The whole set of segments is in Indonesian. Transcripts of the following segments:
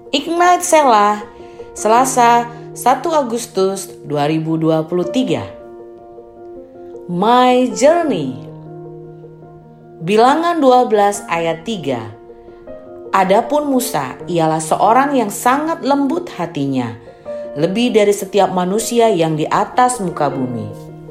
Ignite Selah, Selasa 1 Agustus 2023. My Journey. Bilangan 12 ayat 3. Adapun Musa ialah seorang yang sangat lembut hatinya, lebih dari setiap manusia yang di atas muka bumi.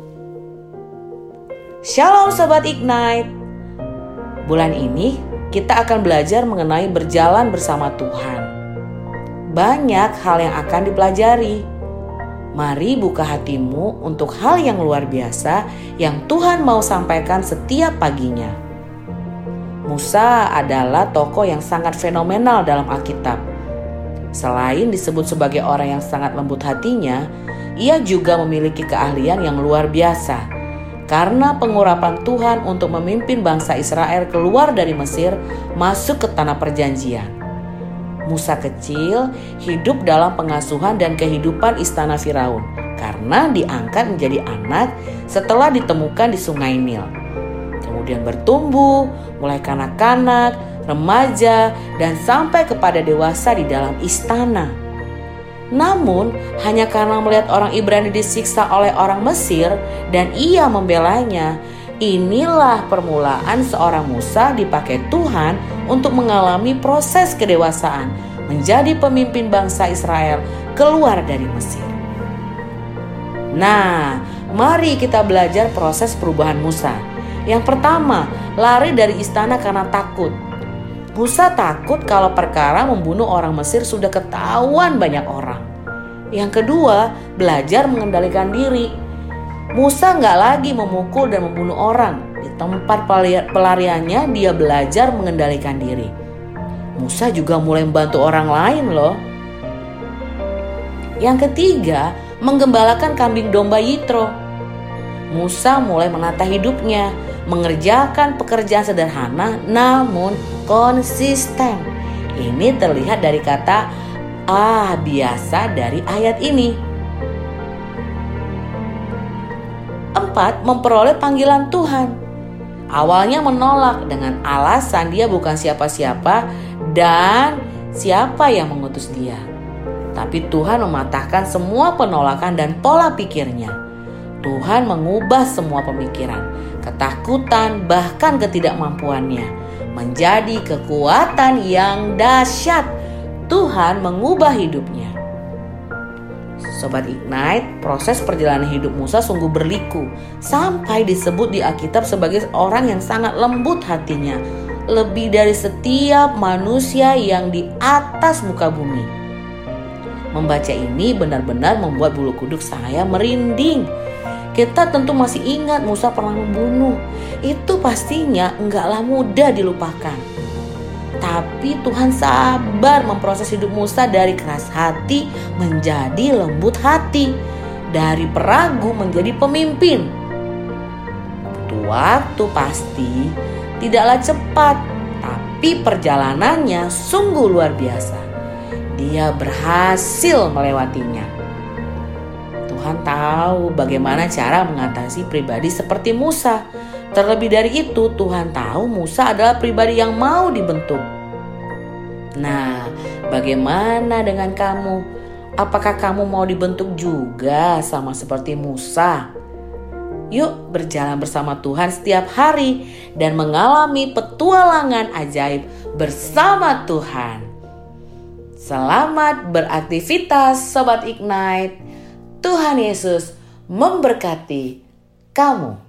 Shalom Sobat Ignite. Bulan ini kita akan belajar mengenai berjalan bersama Tuhan. Banyak hal yang akan dipelajari. Mari buka hatimu untuk hal yang luar biasa yang Tuhan mau sampaikan setiap paginya. Musa adalah tokoh yang sangat fenomenal dalam Alkitab. Selain disebut sebagai orang yang sangat lembut hatinya, ia juga memiliki keahlian yang luar biasa karena pengurapan Tuhan untuk memimpin bangsa Israel keluar dari Mesir masuk ke tanah perjanjian. Musa kecil hidup dalam pengasuhan dan kehidupan istana Firaun karena diangkat menjadi anak setelah ditemukan di Sungai Nil. Kemudian bertumbuh, mulai kanak-kanak, remaja, dan sampai kepada dewasa di dalam istana. Namun, hanya karena melihat orang Ibrani disiksa oleh orang Mesir dan ia membelanya, inilah permulaan seorang Musa dipakai Tuhan untuk mengalami proses kedewasaan, menjadi pemimpin bangsa Israel keluar dari Mesir. Nah, mari kita belajar proses perubahan Musa. Yang pertama, lari dari istana karena takut. Musa takut kalau perkara membunuh orang Mesir sudah ketahuan banyak orang. Yang kedua, belajar mengendalikan diri. Musa gak lagi memukul dan membunuh orang. Di tempat pelariannya dia belajar mengendalikan diri. Musa juga mulai membantu orang lain loh. Yang ketiga, menggembalakan kambing domba Yitro. Musa mulai menata hidupnya, mengerjakan pekerjaan sederhana namun konsisten. Ini terlihat dari kata biasa dari ayat ini. 4. Memperoleh panggilan Tuhan. Awalnya menolak dengan alasan dia bukan siapa-siapa dan siapa yang mengutus dia. Tapi Tuhan mematahkan semua penolakan dan pola pikirnya. Tuhan mengubah semua pemikiran, ketakutan, bahkan ketidakmampuannya menjadi kekuatan yang dahsyat. Tuhan mengubah hidupnya. Sobat Ignite, proses perjalanan hidup Musa sungguh berliku sampai disebut di Alkitab sebagai orang yang sangat lembut hatinya, lebih dari setiap manusia yang di atas muka bumi. Membaca ini benar-benar membuat bulu kuduk saya merinding. Kita tentu masih ingat Musa pernah membunuh. Itu pastinya enggaklah mudah dilupakan. Tapi Tuhan sabar memproses hidup Musa dari keras hati menjadi lembut hati, dari peragu menjadi pemimpin. Butuh waktu pasti, tidaklah cepat, tapi perjalanannya sungguh luar biasa. Dia berhasil melewatinya. Tuhan tahu bagaimana cara mengatasi pribadi seperti Musa. Terlebih dari itu, Tuhan tahu Musa adalah pribadi yang mau dibentuk. Nah, bagaimana dengan kamu? Apakah kamu mau dibentuk juga sama seperti Musa? Yuk berjalan bersama Tuhan setiap hari dan mengalami petualangan ajaib bersama Tuhan. Selamat beraktivitas Sobat Ignite. Tuhan Yesus memberkati kamu.